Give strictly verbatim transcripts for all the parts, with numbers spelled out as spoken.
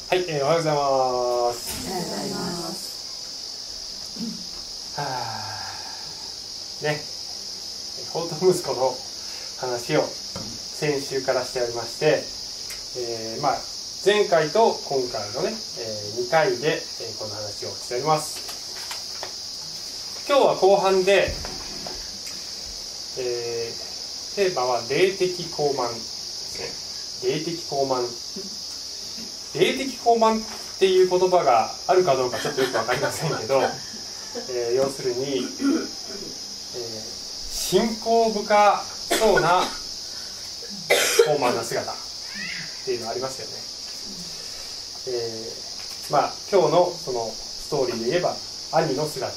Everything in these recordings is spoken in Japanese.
はい、えー、おはようございます。 おはようございます。 はあ、ね、放蕩息子の話を先週からしておりまして、えー、まあ前回と今回のね、えー、にかいで、えー、この話をしております。今日は後半で、えー、テーマは霊的高慢ですね。霊的高慢。霊的高慢っていう言葉があるかどうかちょっとよく分かりませんけど、えー、要するに、えー、信仰深そうな高慢な姿っていうのがありますよね。えー、まあ今日のそのストーリーで言えば兄の姿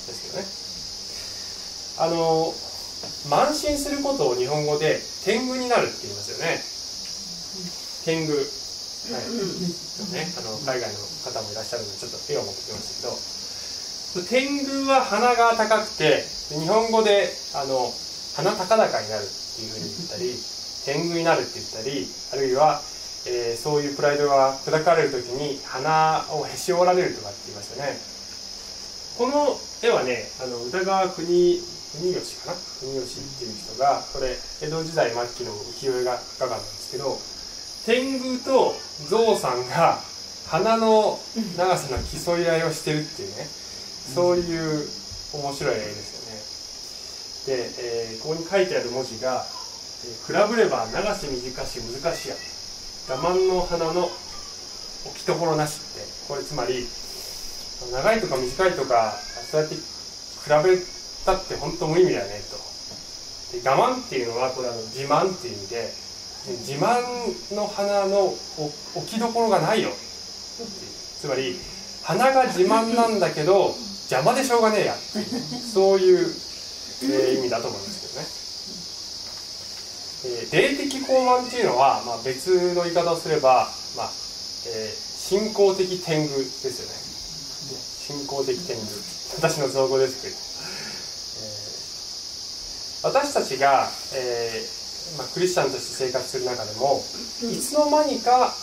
ですけどね。あの慢心することを日本語で天狗になるって言いますよね。天狗、はいね、あの海外の方もいらっしゃるのでちょっと絵を持ってきましたけど、天狗は鼻が高くて日本語であの鼻高々になるっていうふうに言ったり、天狗になるって言ったり、あるいは、えー、そういうプライドが砕かれる時に鼻をへし折られるとかって言いましたね。この絵はね、あの宇田川国国吉かな国吉っていう人が、これ江戸時代末期の浮世絵画家なんですけど、天狗と象さんが鼻の長さの競い合いをしてるっていうね、そういう面白い絵ですよね。で、えー、ここに書いてある文字が「比べれば長し短し難しや我慢の鼻の置き所なし」って、これつまり長いとか短いとかそうやって比べたって本当無意味だよねと。で、我慢っていうのはこれあの自慢っていう意味で、自慢の鼻の置きどころがないよ。つまり鼻が自慢なんだけど邪魔でしょうがねえや、そういう、えー、意味だと思いますけどね。えー、霊的高慢っていうのは、まあ、別の言い方をすれば、まあえー、信仰的天狗ですよね。信仰的天狗、私の造語ですけど、えー、私たちが、えーまあ、クリスチャンとして生活する中でも、いつの間にか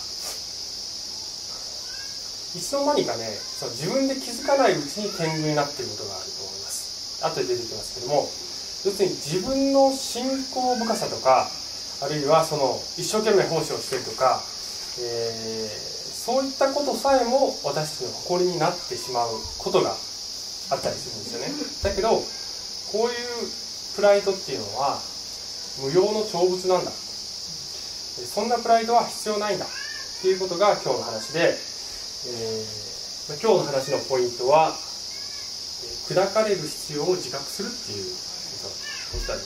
いつの間にかね、その自分で気づかないうちに天狗になっていることがあると思います。後で出てきますけども、要するに自分の信仰深さとか、あるいはその一生懸命奉仕をしているとか、えー、そういったことさえも私たちの誇りになってしまうことがあったりするんですよね。だけどこういうプライドっていうのは無用の長物なんだ、そんなプライドは必要ないんだっていうことが今日の話で、えー、今日の話のポイントは、えー、砕かれる必要を自覚するっていうことであります。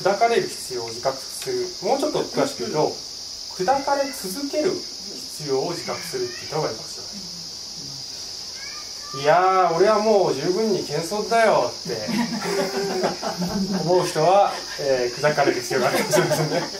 砕かれる必要を自覚する、もうちょっと詳しく言うと、砕かれ続ける必要を自覚するって言った方がいいかもしれない。いやー、俺はもう十分に謙遜だよって思う人は、えー、砕かれる必要があるかもしれませんね。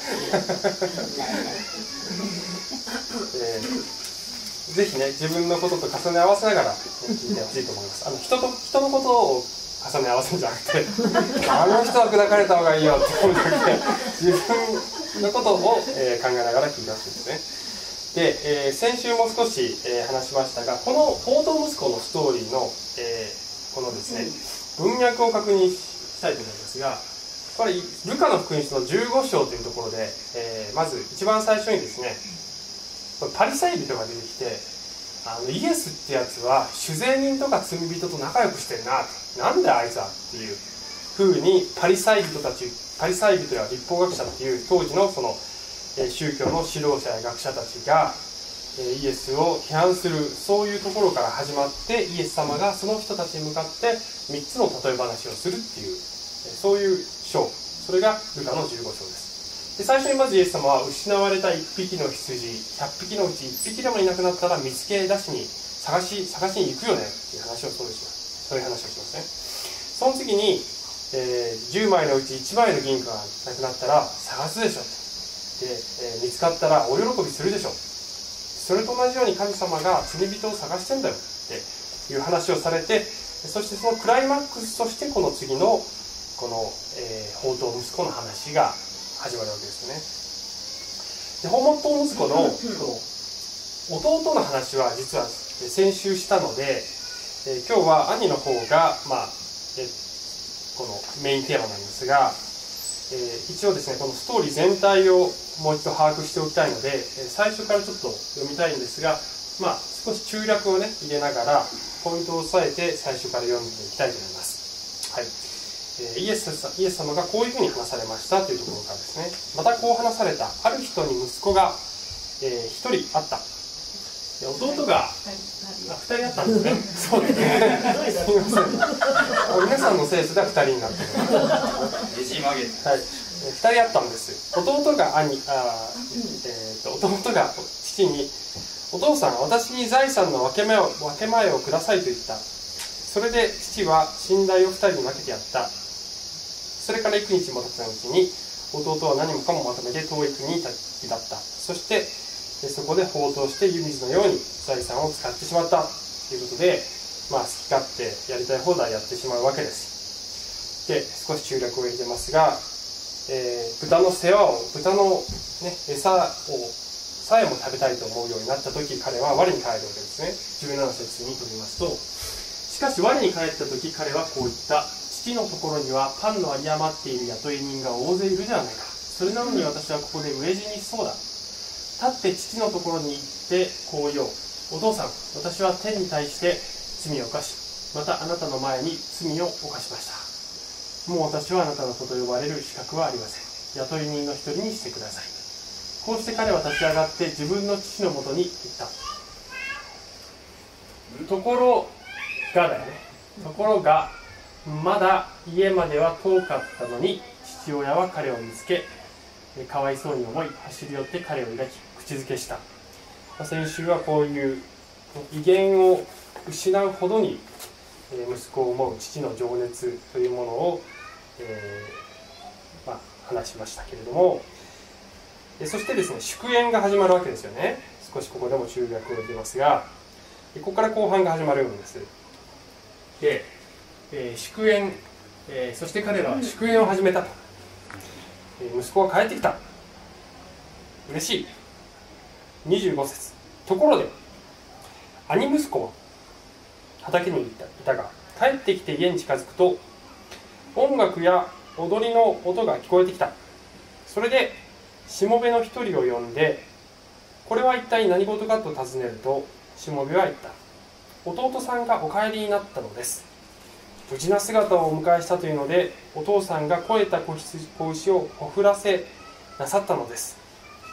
えー、ぜひね、自分のことと重ね合わせながら聞いてほしいと思います。あの 人と人のことを重ね合わせるんじゃなくて、あの人は砕かれた方がいいよって思うんじゃなくて、自分のことを、えー、考えながら聞いてほしいんですね。で、えー、先週も少し、えー、話しましたが、この放蕩息子のストーリーの、えー、このですね、文脈を確認したいと思いますが、これルカの福音書のじゅうご章というところで、えー、まず一番最初にですね、パリサイ人が出てきて、あのイエスってやつは酒税人とか罪人と仲良くしてるな、なんだあいつはっていうふうにパリサイ人たち、パリサイ人や律法学者っていう当時のその宗教の指導者や学者たちがイエスを批判する、そういうところから始まって、イエス様がその人たちに向かってみっつの例え話をするっていう、そういう章、それがルカのじゅうご章です。で、最初にまずイエス様は失われたいっぴきの羊ひゃっぴきのうちいっぴきでもいなくなったら見つけ出しに探し探しに行くよねっていう話をそうします。そういう話をしますね。その次に、えー、じゅうまいのうちいちまいの銀貨がなくなったら探すでしょで、えー、見つかったらお喜びするでしょ。それと同じように神様が罪人を探してんだよっていう話をされて、そしてそのクライマックスとしてこの次のこの、えー、放蕩息子の話が始まるわけですね。で、放蕩息子のこの弟の話は実は先週したので、えー、今日は兄の方が、まあえー、このメインテーマなんですが、えー、一応ですねこのストーリー全体をもう一度把握しておきたいので、えー、最初からちょっと読みたいんですが、まあ、少し中略をね入れながらポイントを押さえて最初から読んでいきたいと思います。はい。えー、イエスさん、イエス様がこういうふうに話されましたというところからですね。またこう話された。ある人に息子が、えー、一人あった。弟が、はい、あ、二人あったんですね。そうですね。すみません。皆さんの聖書では二人になってる。はい。二人あったんです。弟が兄、あ、えー、と弟が父に、お父さん、私に財産の分け前を分け前をくださいと言った。それで父は信頼を二人に分けてやった。それから幾日も経った後に、弟は何もかもまとめて遠い国に旅立った。そして、そこで放蕩して湯水のように財産を使ってしまったということで、まあ、好き勝手やりたい放題やってしまうわけです。で、少し中略を入れてますが、えー、豚の世話を、豚の、ね、餌をさえも食べたいと思うようになった時、彼は我に帰るわけですね。じゅうなな節に飛びますと、しかし我に帰った時、彼はこう言った。父のところにはパンの有り余っている雇い人が大勢いるじゃないか。それなのに私はここで飢え死にしそうだ。立って父のところに行ってこう言おう。お父さん、私は天に対して罪を犯し、またあなたの前に罪を犯しました。もう私はあなたの子と呼ばれる資格はありません。雇い人の一人にしてください。こうして彼は立ち上がって自分の父のもとに行った。ところがだよね。ところがまだ家までは遠かったのに、父親は彼を見つけ、かわいそうに思い走り寄って彼を抱き口づけした。先週はこういう威厳を失うほどに息子を思う父の情熱というものを、えーまあ、話しましたけれども、そしてですね、祝宴が始まるわけですよね。少しここでも中略を入れますが、ここから後半が始まるんです。で、えー、祝宴、えー、そして彼らは祝宴を始めたと。えー、息子が帰ってきた。嬉しい。にじゅうご節。ところで、兄息子は畑にいたが、帰ってきて家に近づくと、音楽や踊りの音が聞こえてきた。それで、しもべの一人を呼んで、これは一体何事かと尋ねると、しもべは言った。弟さんがお帰りになったのです。無事な姿をお迎えしたというので、お父さんが肥えた子牛をほふらせなさったのです。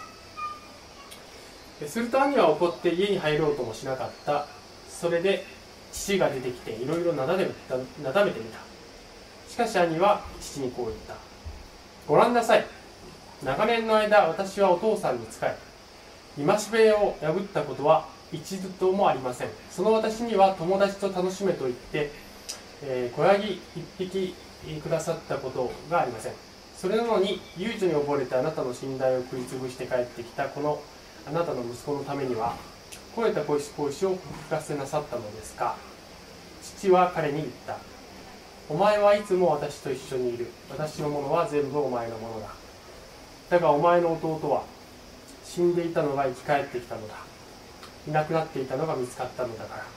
すると兄は怒って家に入ろうともしなかった。それで父が出てきていろいろなだめてみた。しかし兄は父にこう言った。ご覧なさい。長年の間私はお父さんに仕え、戒めを破ったことは一度ともありません。その私には友達と楽しめと言って、えー、子ヤギ一匹くださったことがありません。それなのに遊女に溺れてあなたの信頼を食いつぶして帰ってきたこのあなたの息子のためには肥えた子牛をふらせなさったのですか。父は彼に言った。お前はいつも私と一緒にいる。私のものは全部お前のものだ。だがお前の弟は死んでいたのが生き返ってきたのだ。いなくなっていたのが見つかったのだから、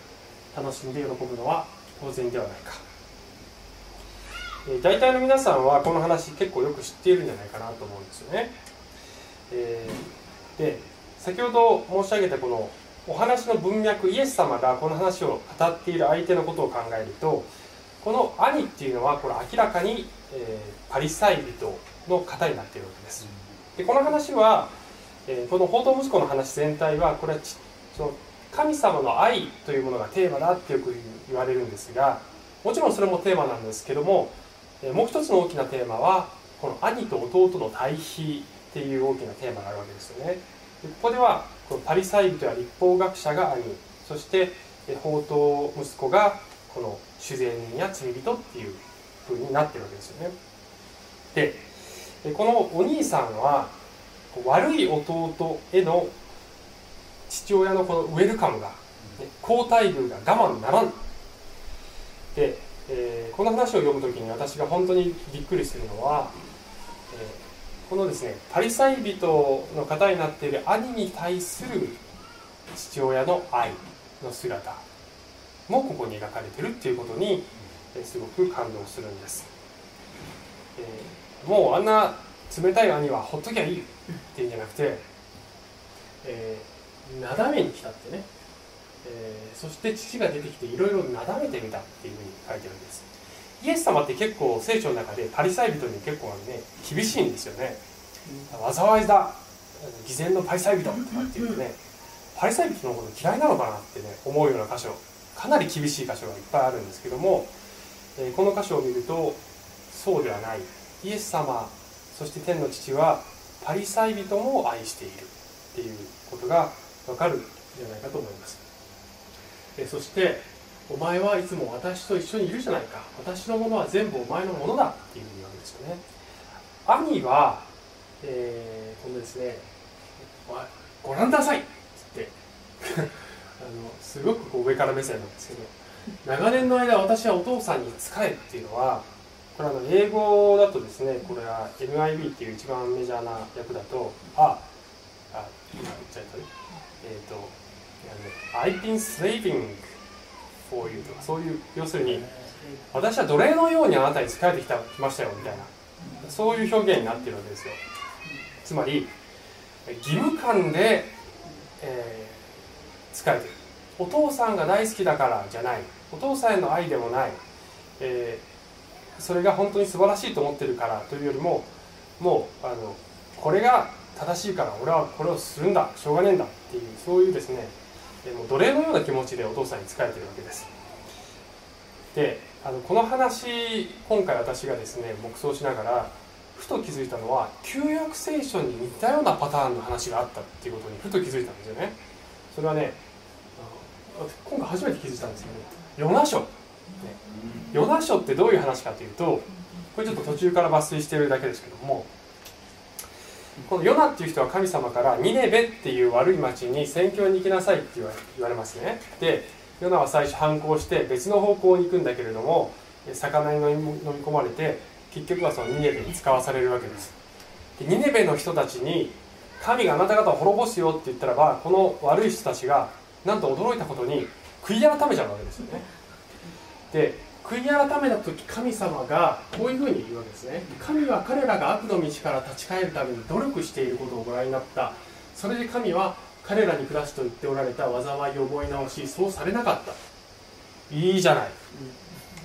楽しんで喜ぶのは当然ではないか。えー、大体の皆さんはこの話結構よく知っているんじゃないかなと思うんですよね。えー、で先ほど申し上げたこのお話の文脈、イエス様がこの話を語っている相手のことを考えると、この兄っていうのはこれ明らかに、えー、パリサイ人の方になっているわけです。でこの話は、えー、この放蕩息子の話全体はこれはその神様の愛というものがテーマだってよく言われるんですが、もちろんそれもテーマなんですけども、えー、もう一つの大きなテーマはこの兄と弟の対比っていう大きなテーマがあるわけですよね。でここではこのパリサイ人や立法学者が兄、そして放蕩息子がこの主税人や罪人っていう風になってるわけですよね。でこのお兄さんは悪い弟への父親のこのウェルカムが、好待遇が我慢ならん。で、えー、この話を読むときに私が本当にびっくりするのは、えー、このですねパリサイ人の方になっている兄に対する父親の愛の姿もここに描かれているっていうことにすごく感動するんです。えー、もうあんな冷たい兄はほっときゃいいっていうんじゃなくて、えー、なだめに来たってね、えー、そして父が出てきていろいろなだめてみたっていうふうに書いてあるんです。イエス様って結構聖書の中でパリサイ人に結構ね厳しいんですよね。災いだ偽善のパリサイ人とかっていうね、パリサイ人のこと嫌いなのかなってね思うような箇所、かなり厳しい箇所がいっぱいあるんですけども、えー、この箇所を見るとそうではない。イエス様そして天の父はパリサイ人も愛しているっていうことが分かるんじゃないかと思います。えー、そしてお前はいつも私と一緒にいるじゃないか、私のものは全部お前のものだっていうふうに言うんですよね。兄は、えー、今度ですね、ご覧くださいって言ってあのすごくこう上から目線なんですけど、長年の間私はお父さんに仕えっていうのは、これはあの英語だとですね、これは エヌアイブイ っていう一番メジャーな訳だと、あ、あ、今言っちゃったね、えっ、ー、と、I've been slaving for you とか、そういう、要するに、私は奴隷のようにあなたに仕えてきたきましたよみたいな、そういう表現になっているわけですよ。つまり、義務感で、えー、仕えている。お父さんが大好きだからじゃない、お父さんへの愛でもない、えー、それが本当に素晴らしいと思ってるからというよりも、もうあのこれが正しいから俺はこれをするんだ、しょうがねえんだっていう、そういうですね、えー、もう奴隷のような気持ちでお父さんに仕えているわけです。で、あのこの話、今回私がですね黙想しながらふと気づいたのは、旧約聖書に似たようなパターンの話があったっていうことにふと気づいたんですよね。それはね、今回初めて気づいたんですけど、ヨナ書、ね、ヨナ書ってどういう話かというと、これちょっと途中から抜粋しているだけですけども、このヨナっていう人は神様からニネベっていう悪い町に宣教に行きなさいって言われ、言われますね。で、ヨナは最初反抗して別の方向に行くんだけれども、魚に飲み込まれて結局はそのニネベに使わされるわけです。で、ニネベの人たちに神があなた方を滅ぼすよって言ったらば、この悪い人たちがなんと驚いたことに悔い改めちゃうわけですよね。で、悔い改めた時、神様がこういうふうに言うわけですね。神は彼らが悪の道から立ち返るために努力していることをご覧になった。それで神は彼らに下すと言っておられた災いを思い直し、そうされなかった。いいじゃない、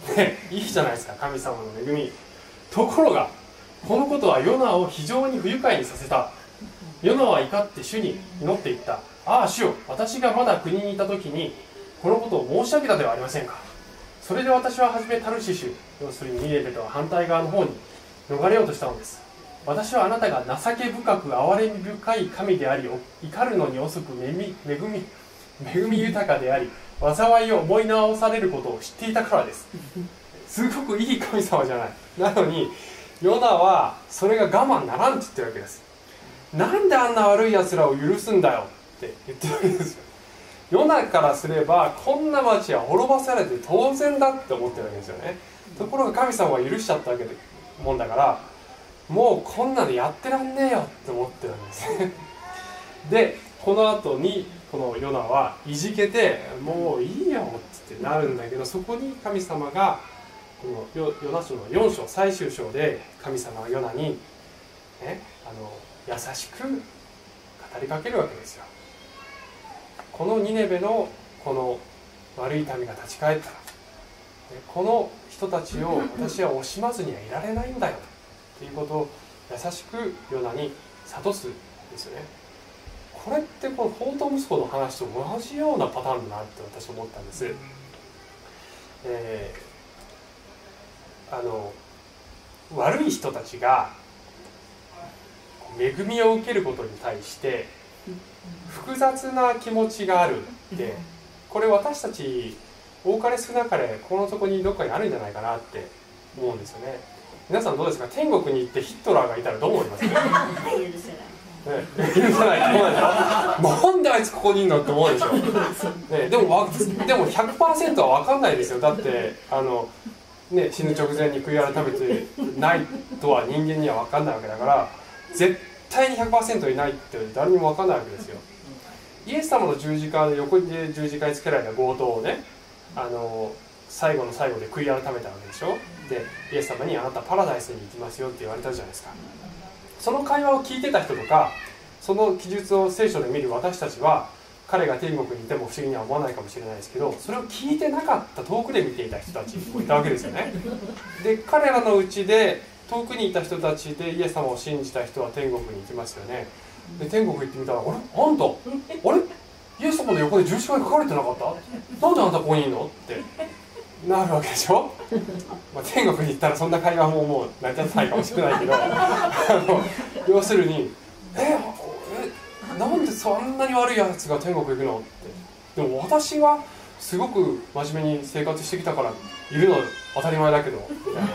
ね、いいじゃないですか、神様の恵み。ところがこのことはヨナを非常に不愉快にさせた。ヨナは怒って主に祈っていった。ああ主よ、私がまだ国にいた時にこのことを申し上げたではありませんか。それで私は初めタルシシュ、要するにニネベとは反対側の方に逃れようとしたのです。私はあなたが情け深く憐れみ深い神であり、怒るのに遅く恵み恵み恵み豊かであり、災いを思い直されることを知っていたからです。すごくいい神様じゃない。なのにヨナはそれが我慢ならんって言ってるわけです。なんであんな悪いやつらを許すんだよって言ってるわけですよ。ヨナからすればこんな町は滅ぼされて当然だって思ってるわけですよね。ところが神様は許しちゃったわけでもんだから、もうこんなのやってらんねえよって思ってるわけですね。で、この後にこのヨナはいじけて、もういいよってなるんだけど、そこに神様がこのヨナ書のよん章最終章で神様はヨナに、ね、あの優しく語りかけるわけですよ。このニネベのこの悪い民が立ち返ったら、この人たちを私は惜しまずにはいられないんだよということを優しくヨナに諭すんですよね。これってこの放蕩息子の話と同じようなパターンだなって私は思ったんです。えー、あの悪い人たちが恵みを受けることに対して複雑な気持ちがあるって、これ私たち多かれ少なかれこの底にどっかにあるんじゃないかなって思うんですよね。皆さんどうですか。天国に行ってヒトラーがいたらどう思いますか。許せない、ね、許せないと思うでしょ。なんであいつここにいるのって思うでしょ、ね、でもでも ひゃくパーセント は分かんないですよ。だってあの、ね、死ぬ直前に悔い改めてないとは人間には分かんないわけだから、絶対に ひゃくパーセント いないって誰にも分かんないわけですよ。 イエス様の十字架で横で十字架につけられた強盗をね、あの最後の最後で悔い改めたわけでしょ。でイエス様にあなたパラダイスに行きますよって言われたじゃないですか。その会話を聞いてた人とか、その記述を聖書で見る私たちは、彼が天国にいても不思議には思わないかもしれないですけど、それを聞いてなかった遠くで見ていた人たちもいたわけですよね。で彼らのうちで遠くにいた人たちでイエス様を信じた人は天国に行きますよね。で天国行ってみたら、あれあんたあれイエス様の横で十字架に書かれてなかった？なんであんたここにいるのってなるわけでしょ。まあ、天国に行ったらそんな会話ももう成り立たないかもしれないけどあの要するにええなんでそんなに悪いやつが天国行くのって。でも私はすごく真面目に生活してきたからいるの当たり前だけどみたいな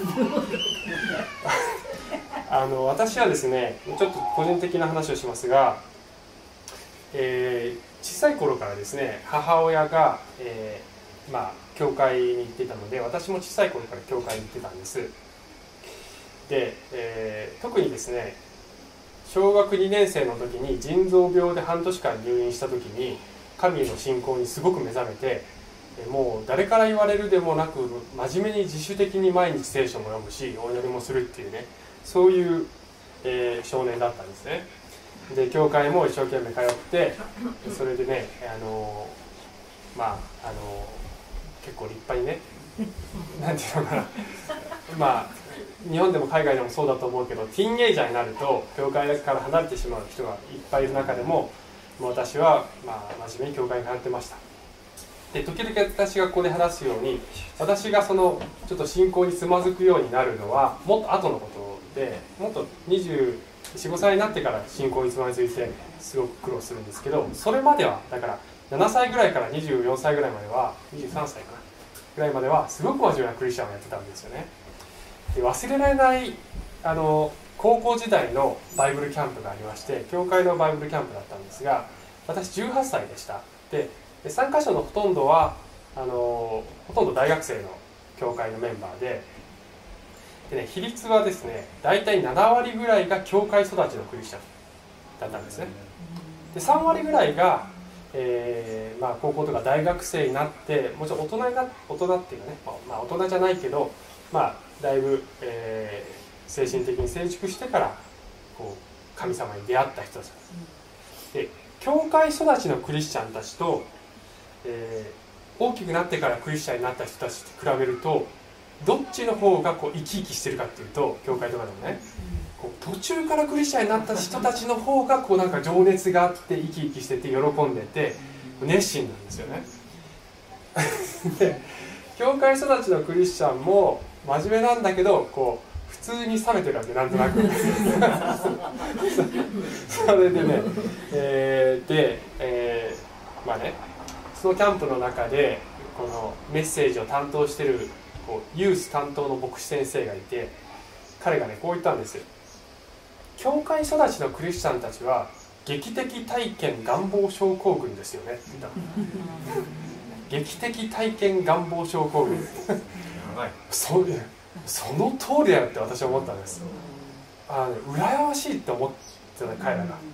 あの私はですね、ちょっと個人的な話をしますが、えー、小さい頃からですね、母親が、えー、まあ教会に行っていたので、私も小さい頃から教会に行ってたんです。で、えー、特にですね、小学にねん生の時に腎臓病で半年間入院した時に神への信仰にすごく目覚めて、もう誰から言われるでもなく真面目に自主的に毎日聖書も読むしお祈りもするっていうね、そういう、えー、少年だったんですね。で教会も一生懸命通って、それでね、あのー、まああのー、結構立派にねなんていうのかなまあ日本でも海外でもそうだと思うけど、ティーンエイジャーになると教会から離れてしまう人がいっぱいいる中でも、私はまあ真面目に教会に通ってました。で時々私がここで話すように、私がそのちょっと信仰につまずくようになるのはもっと後のことで、もっとにじゅうよん、ごさいになってから信仰につまずいてすごく苦労するんですけど、それまではだからななさいぐらいからにじゅうよんさいぐらいまでは、にじゅうさんさいかなぐらいまではすごく真面目なクリスチャンをやってたんですよね。で忘れられないあの高校時代のバイブルキャンプがありまして、教会のバイブルキャンプだったんですが、私じゅうはっさいでした。で参加者のほとんどはあのほとんど大学生の教会のメンバーで、で、ね、比率はですね大体ななわりぐらいが教会育ちのクリスチャンだったんですね。でさんわりぐらいが、えーまあ、高校とか大学生になって、もちろん大人にな大人っていうかね、まあ、大人じゃないけど、まあ、だいぶ、えー、精神的に成熟してからこう神様に出会った人たちで、教会育ちのクリスチャンたちと、えー、大きくなってからクリスチャンになった人たちと比べると、どっちの方がこう生き生きしてるかっていうと、教会とかでもね、こう途中からクリスチャンになった人たちの方がこうなんか情熱があって生き生きしてて喜んでて熱心なんですよねで教会育ちのクリスチャンも真面目なんだけど、こう普通に冷めてるわけ、なんとなくそれでね、えー、で、えー、まあね、そのキャンプの中でこのメッセージを担当してるこうユース担当の牧師先生がいて、彼がねこう言ったんですよ。教会育ちのクリスチャンたちは劇的体験願望症候群ですよねって言った劇的体験願望症候群そ, その通りだよって私は思ったんです。あの、ね、羨ましいって思ってた彼らが、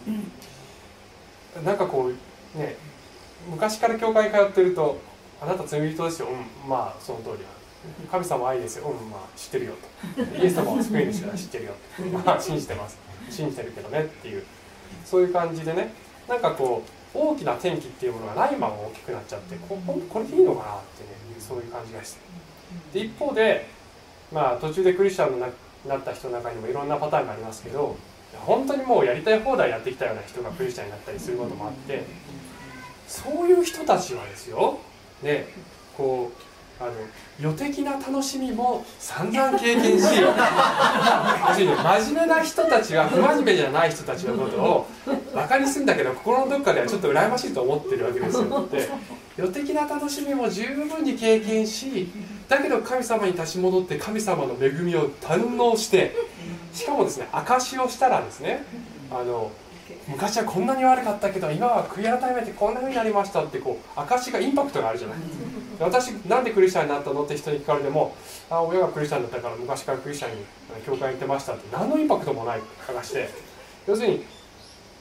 なんかこうね、昔から教会に通ってると、あなた罪人ですよ、うん、まあその通りだ、神様愛ですよ、うん、まあ知ってるよと、イエス様は救い主だ、知ってるよと、まあ信じてます、信じてるけどねっていう、そういう感じでね、なんかこう大きな転機っていうものがないまま大きくなっちゃって、こ, これでいいのかなってね、そういう感じがして、で一方で、まあ途中でクリスチャンになった人の中にもいろんなパターンがありますけど、本当にもうやりたい放題やってきたような人がクリスチャンになったりすることもあって、そういう人たちはですよ、ね、こうあの予的な楽しみも散々経験し要するに真面目な人たちは不真面目じゃない人たちのことをバカにするんだけど、心のどっかではちょっと羨ましいと思ってるわけですよ。で、予的な楽しみも十分に経験し、だけど神様に立ち戻って神様の恵みを堪能して、しかもですね、証しをしたらですね、あの昔はこんなに悪かったけど今は悔い改めてこんな風になりましたって、こう証がインパクトがあるじゃない。私なんでクリスチャンになったのって人に聞かれても、あ、親がクリスチャンだったから昔からクリスチャンに教会に行ってましたって、何のインパクトもない証で、要するに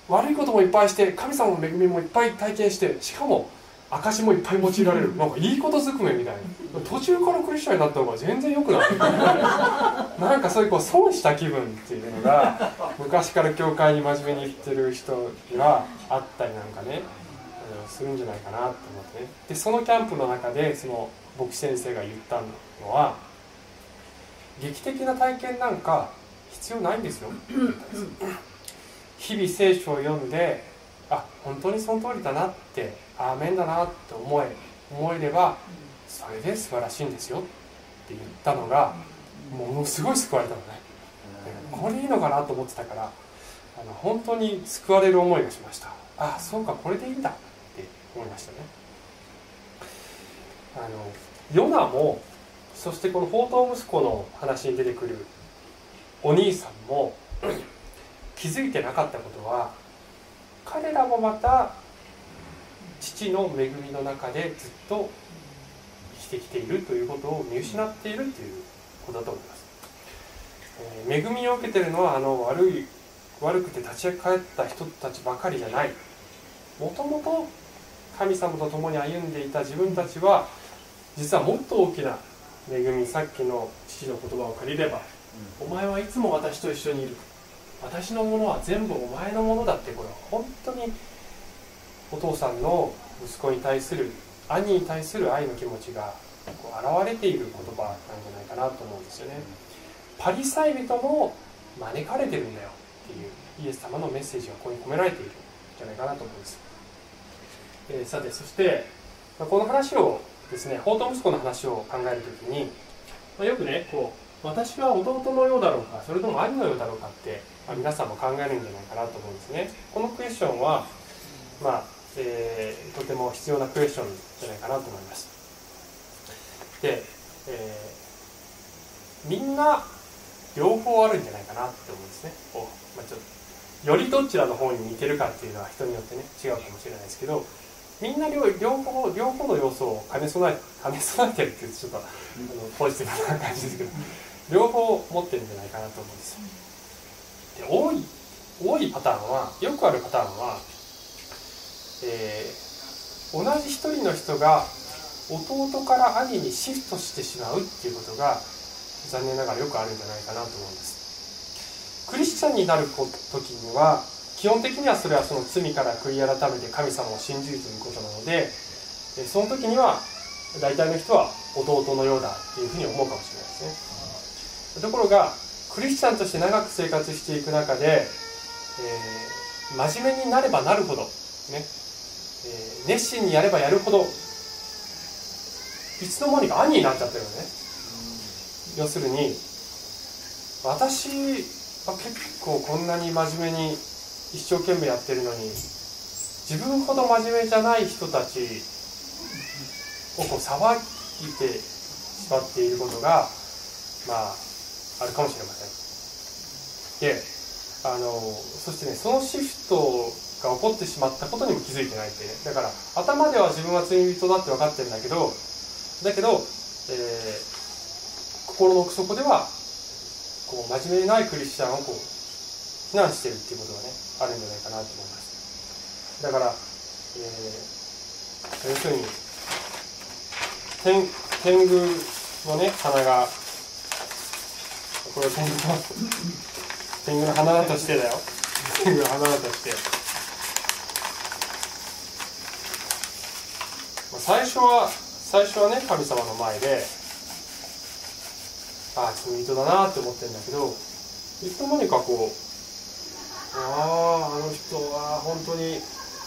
悪いこともいっぱいして、神様の恵みもいっぱい体験して、しかも証もいっぱい用いられる、なんかいいことずくめみたいな。途中からクリスチャンになった方が全然良くない。なんかそういうこう損した気分っていうのが昔から教会に真面目に行ってる人にはあったりなんかね、するんじゃないかなと思ってね。でそのキャンプの中でその牧師先生が言ったのは、劇的な体験なんか必要ないんですよ。日々聖書を読んで、あ、本当にその通りだなって、アーメンだなって思え思えればそれで素晴らしいんですよって言ったのがものすごい救われたのね。これいいのかなと思ってたから、あの本当に救われる思いがしました。あ、そうか、これでいいんだって思いましたね。あのヨナも、そしてこの放蕩息子の話に出てくるお兄さんも気づいてなかったことは、彼らもまた父の恵みの中でずっと生きてきているということを見失っているということだと思います。えー、恵みを受けているのはあの悪い悪くて立ち返った人たちばかりじゃない。もともと神様と共に歩んでいた自分たちは実はもっと大きな恵み、さっきの父の言葉を借りれば、うん、お前はいつも私と一緒にいる、私のものは全部お前のものだって、これは本当にお父さんの息子に対する、兄に対する愛の気持ちがこう現れている言葉なんじゃないかなと思うんですよね。パリサイ人も招かれてるんだよっていうイエス様のメッセージがここに込められているんじゃないかなと思うんです。えー、さて、そしてこの話をですね、放蕩息子の話を考えるときに、まあ、よくね、こう私は弟のようだろうか、それとも兄のようだろうかって、まあ、皆さんも考えるんじゃないかなと思うんですね。このクエスチョンは、まあえー、とても必要なクエスチョンじゃないかなと思います。で、えー、みんな両方あるんじゃないかなって思うんですね。こう、まあ、ちょっとよりどちらの方に似てるかっていうのは人によってね違うかもしれないですけど、みんな 両, 両, 方両方の要素を兼ね備え兼ね備えてるっていうとちょっと、うん、あのポジティブな感じですけど、両方持ってるんじゃないかなと思うんですよ。で、多い多いパターンは、よくあるパターンは、えー、同じ一人の人が弟から兄にシフトしてしまうっていうことが残念ながらよくあるんじゃないかなと思うんです。クリスチャンになる時には基本的にはそれはその罪から悔い改めて神様を信じるということなので、その時には大体の人は弟のようだっていうふうに思うかもしれないですね。ところがクリスチャンとして長く生活していく中で、えー、真面目になればなるほどね、えー、熱心にやればやるほどいつの間にか兄になっちゃってるのね。要するに私は結構こんなに真面目に一生懸命やってるのに、自分ほど真面目じゃない人たちをこう騒いでしまっていることがまああるかもしれません。で、あのそしてね、そのシフトが起こってしまったことにも気づいてないってね。だから頭では自分は罪人だって分かってるんだけどだけど、えー、心の奥底ではこう真面目ないクリスチャンをこう非難しているっていうことがねあるんじゃないかなと思います。だから、えー、要するに天天狗のね花が、これは天狗の天狗の花だとしてだよ天狗の花だとして、まあ、最初は最初はね神様の前でああ罪人だなって思ってるんだけど、いつの間にかこうあああの人は本当にね、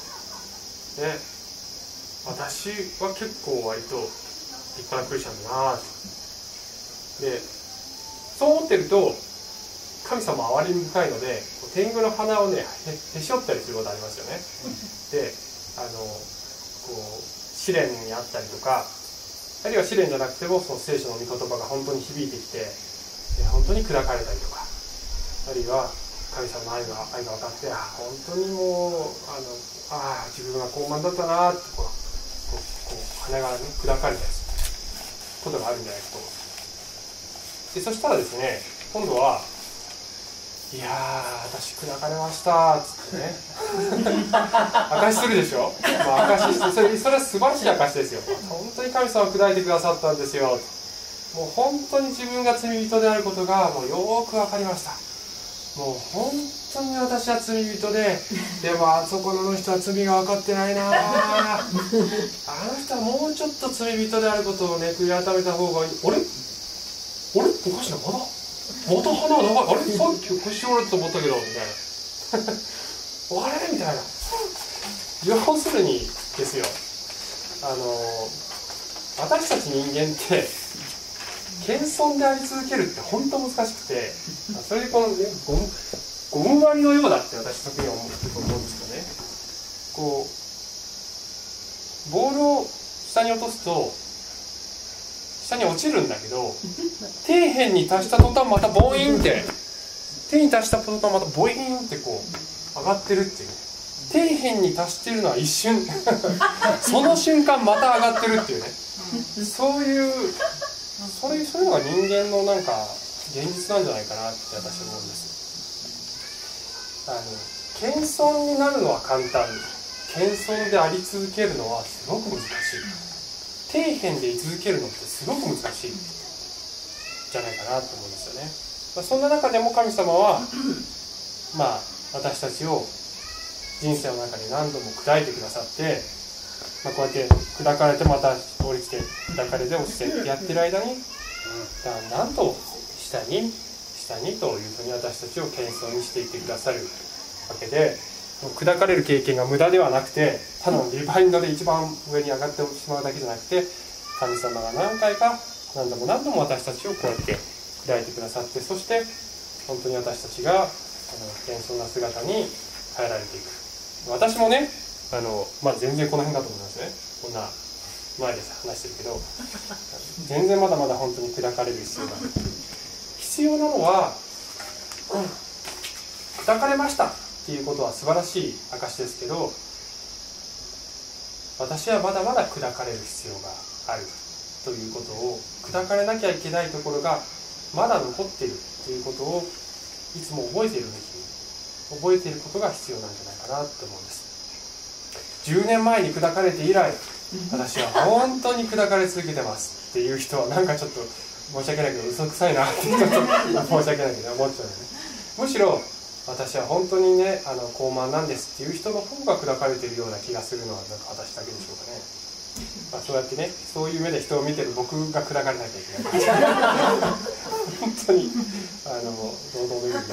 私は結構割と立派なクリスチャンだなで、そう思ってると神様は憐れみ深いので天狗の花をねへへし折ったりすることありますよね。で、あのこう試練にあったりとか、あるいは試練じゃなくてもその聖書の御言葉が本当に響いてきて本当に砕かれたりとか、あるいは神様の愛が愛が分かって、あ本当にもうあのあ自分は傲慢だったなってこうこうこう鼻がね砕かれたりすることがあるんじゃないかと思う。でそしたらですね、今度はいやー私砕かれましたっつってね証しするでしょ、まあ、証ししてそれ、それは素晴らしい証しですよ。本当に神様は砕いてくださったんですよ。もう本当に自分が罪人であることがもうよーく分かりました。もう本当に私は罪人で、でもあそこの人は罪が分かってないなあの人はもうちょっと罪人であることをね悔い改めた方がいい。あれあれおかしいな、まだまた鼻が長い、あれさっき腰折れたと思ったけどみたいなあれみたいな。要するにですよ、あの私たち人間って謙遜であり続けるって本当難しくて、それでこの、ね、ゴム割りのようだって私特に思うんですけどね、こうボールを下に落とすと下に落ちるんだけど、底辺に達した途端またボイーンって、手に達した途端またボイーンってこう上がってるっていうね。底辺に達してるのは一瞬その瞬間また上がってるっていうね、そういうそういうそういうのが人間のなんか現実なんじゃないかなって私は思うんです。あの謙遜になるのは簡単、謙遜であり続けるのはすごく難しい。底辺で居続けるのってすごく難しいじゃないかなと思うんですよね。まあ、そんな中でも神様はまあ私たちを人生の中に何度も砕いてくださって、まあ、こうやって砕かれてまた降りて砕かれて落ちてってやってる間にだんだんと下に下にというふうに私たちを謙遜にしていってくださるわけで、砕かれる経験が無駄ではなくて、ただのリバインドで一番上に上がってしまうだけじゃなくて、神様が何回か何度も何度も私たちをこうやって砕いてくださって、そして本当に私たちがあの謙遜な姿に変えられていく。私もね、あの、まあ、全然この辺だと思いますね。こんな前で話してるけど、全然まだまだ本当に砕かれる必要がある。必要なのは、うん、砕かれましたっていうことは素晴らしい証ですけど、私はまだまだ砕かれる必要があるということを、砕かれなきゃいけないところがまだ残っているということをいつも覚えているべき、覚えていることが必要なんじゃないかなと思うんです。じゅうねんまえに砕かれて以来、私は本当に砕かれ続けてますっていう人はなんかちょっと申し訳ないけど嘘くさいなってちょっと申し訳ないけど思っちゃうよね。むしろ私は本当にね、あの高慢なんですっていう人の方が砕かれているような気がするのはなんか私だけでしょうかね。まあ、そうやってね、そういう目で人を見てる僕が砕かれなきゃいけない本当にあの堂々の言うん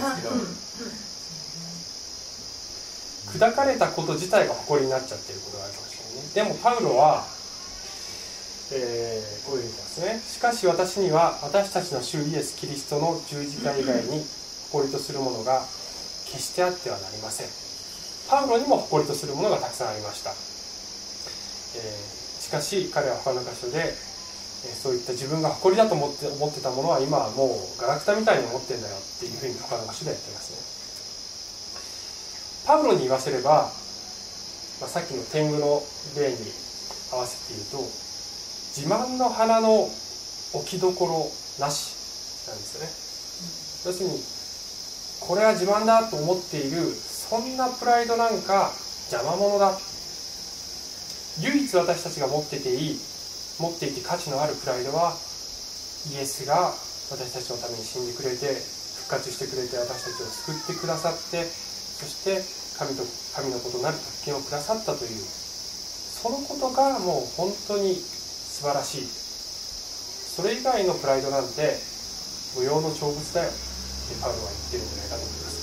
ですけど、砕かれたこと自体が誇りになっちゃってることがあるかもしれないね。でもパウロは、えー、こういうふうに言ってますね。しかし私には私たちの主イエスキリストの十字架以外に誇りとするものが決してあってはなりません。パウロにも誇りとするものがたくさんありました。えーしかし彼は他の箇所で、そういった自分が誇りだと思って、思ってたものは今はもうガラクタみたいに思ってんだよっていうふうに他の箇所でやってますね。パウロに言わせれば、まあ、さっきの天狗の例に合わせて言うと、自慢の花の置きどころなしなんですよね。要するにこれは自慢だと思っているそんなプライドなんか邪魔者だ。唯一私たちが持ってていい持っていて価値のあるプライドは、イエスが私たちのために死んでくれて復活してくれて私たちを救ってくださって、そして神と神のことなる特権をくださったという、そのことがもう本当に素晴らしい。それ以外のプライドなんて無用の長物だよってパウロは言ってるんじゃないかと思います。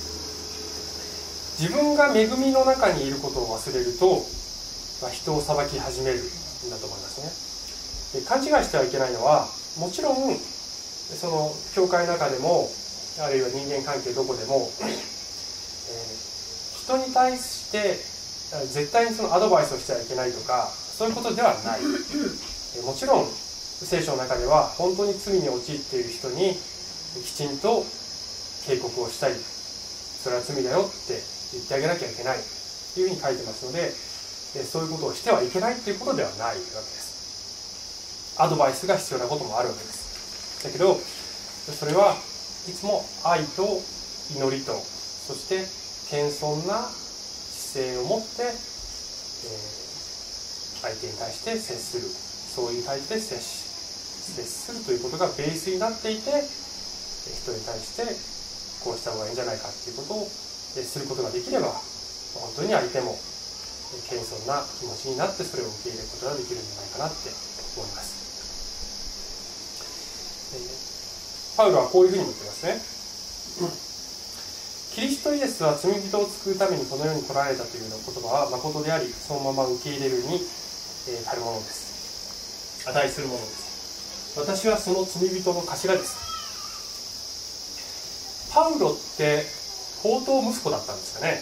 自分が恵みの中にいることを忘れると、まあ、人を裁き始めるんだと思いますね。で、勘違いしてはいけないのは、もちろんその教会の中でもあるいは人間関係どこでも、えー、人に対して絶対にそのアドバイスをしてはいけないとかそういうことではない。もちろん聖書の中では本当に罪に陥っている人にきちんと警告をしたり、それは罪だよって言ってあげなきゃいけないというふうに書いてますので、そういうことをしてはいけないということではないわけです。アドバイスが必要なこともあるわけです。だけどそれはいつも愛と祈りと、そして謙遜な姿勢を持って、えー、相手に対して接する、そういう態度で接し接するということがベースになっていて、人に対してこうした方がいいんじゃないかということをすることができれば、本当に相手も謙遜な気持ちになってそれを受け入れることができるんじゃないかなって思います。パウロはこういうふうに言ってますね。キリストイエスは罪人を救うためにこの世に来られたという言葉は誠であり、そのまま受け入れるに足るものです。値するものです。私はその罪人の頭です。パウロって放蕩息子だったんですかね。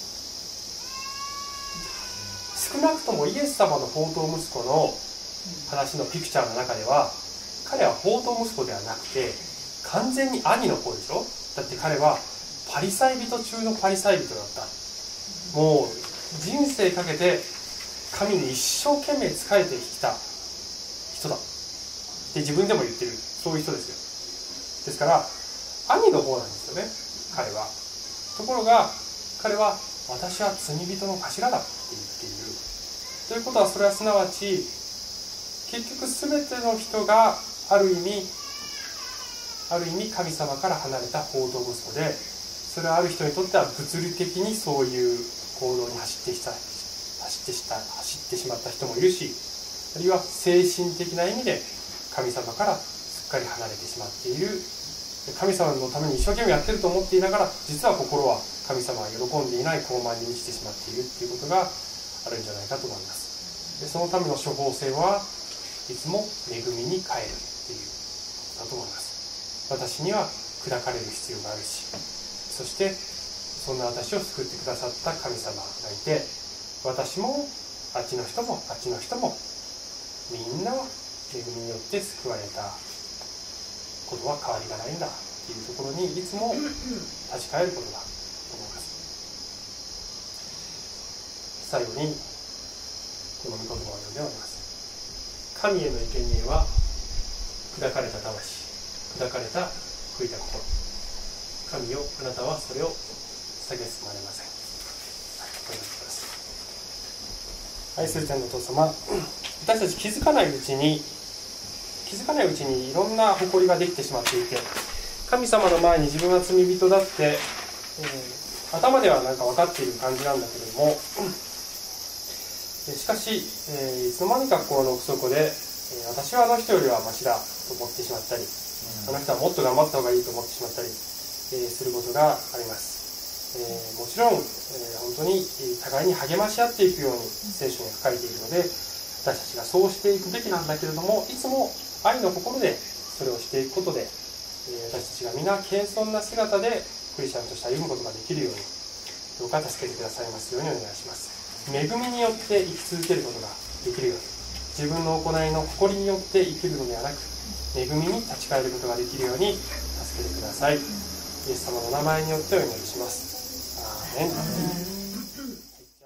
少なくともイエス様の放蕩息子の話のピクチャーの中では、彼は放蕩息子ではなくて完全に兄の方でしょ。だって彼はパリサイ人中のパリサイ人だった。もう人生かけて神に一生懸命仕えてきた人だって自分でも言ってる、そういう人ですよ。ですから兄の方なんですよね、彼は。ところが彼は私は罪人の頭だって言っているということは、それはすなわち結局全ての人がある意味ある意味神様から離れた放蕩息子で、それはある人にとっては物理的にそういう行動に走ってした走ってした走ってしまった人もいるし、あるいは精神的な意味で神様からすっかり離れてしまっている、神様のために一生懸命やってると思っていながら、実は心は神様が喜んでいない傲慢に満ちてしまっているっていうことがあるんじゃないかと思います。でそのための処方箋はいつも恵みに変えるっていうことだと思います。私には砕かれる必要があるし、そしてそんな私を救ってくださった神様がいて、私もあっちの人もあっちの人もみんな恵みによって救われたことは変わりがないんだっていうところにいつも立ち返ることだと思います。最後にこの御言葉を読んでおります。神への生贄は砕かれた魂、砕かれた悔いた心。神よ、あなたはそれを蔑まれません。お祈りします。愛する天のお父様、私たち気づかないうちに気づかないうちにいろんな誇りができてしまっていて、神様の前に自分は罪人だって、えー、頭ではなんか分かっている感じなんだけれども、しかし、えー、いつの間にか心の奥底で、えー、私はあの人よりはマシだと思ってしまったり、あの人はもっと頑張った方がいいと思ってしまったり、えー、することがあります。えー、もちろん、えー、本当に互いに励まし合っていくように聖書に書かれているので、私たちがそうしていくべきなんだけれども、いつも愛の心でそれをしていくことで、えー、私たちが皆謙遜な姿でクリスチャンとして歩むことができるように、どうか助けてくださいますようにお願いします。恵みによって生き続けることができるように、自分の行いの誇りによって生きるのではなく、恵みに立ち返ることができるように助けてください。イエス様の名前によってお祈りします。アーメン。